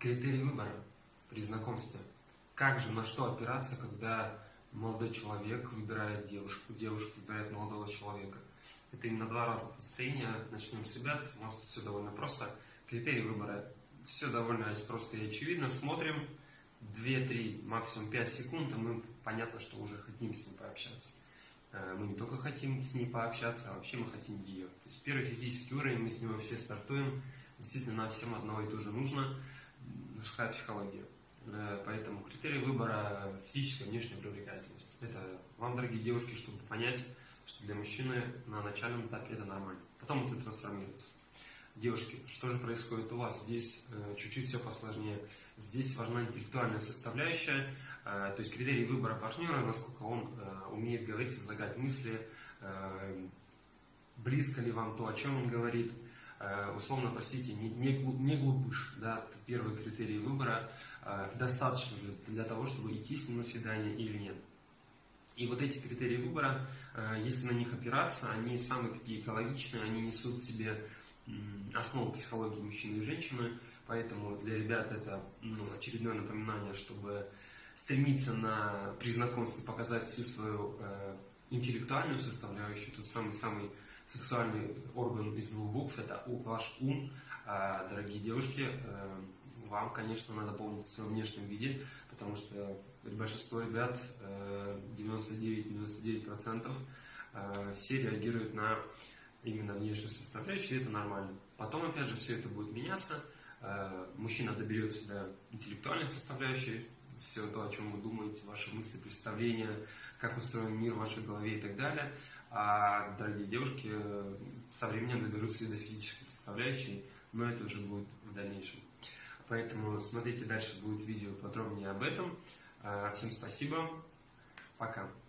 Критерий выбора при знакомстве. Как же, на что опираться, когда молодой человек выбирает девушку, девушка выбирает молодого человека? Это именно два разных настроения. Начнем с ребят. У нас тут все довольно просто. Критерий выбора. Все довольно просто и очевидно. Смотрим 2-3, максимум 5 секунд, и мы понятно, что уже хотим с ней пообщаться. Мы не только хотим с ней пообщаться, а вообще мы хотим ее. То есть первый физический уровень, мы с него все стартуем. Действительно, нам всем одного и то же нужно. Мужская психология. Поэтому критерий выбора – физическая внешняя привлекательность. Это вам, дорогие девушки, чтобы понять, что для мужчины на начальном этапе это нормально. Потом это трансформируется. Девушки, что же происходит у вас? Здесь чуть-чуть все посложнее. Здесь важна интеллектуальная составляющая, то есть критерий выбора партнера, насколько он умеет говорить, излагать мысли, близко ли вам то, о чем он говорит. Условно, простите, не глупыш, да, первый критерий выбора, достаточно для того, чтобы идти с ним на свидание или нет. И вот эти критерии выбора, если на них опираться, они самые такие экологичные, они несут в себе основу психологии мужчины и женщины, поэтому для ребят это очередное напоминание, чтобы стремиться при знакомстве показать всю свою интеллектуальную составляющую, тот самый сексуальный орган из двух букв, это ваш ум. Дорогие девушки, вам, конечно, надо помнить о своем внешнем виде, потому что большинство ребят, 99% все реагируют на именно внешнюю составляющую, и это нормально. Потом, опять же, все это будет меняться, мужчина доберется до интеллектуальной составляющей, все то, о чем вы думаете, ваши мысли, представления, как устроен мир в вашей голове и так далее. А дорогие девушки со временем доберутся и до физической составляющей, но это уже будет в дальнейшем. Поэтому смотрите, дальше будет видео подробнее об этом. Всем спасибо, пока.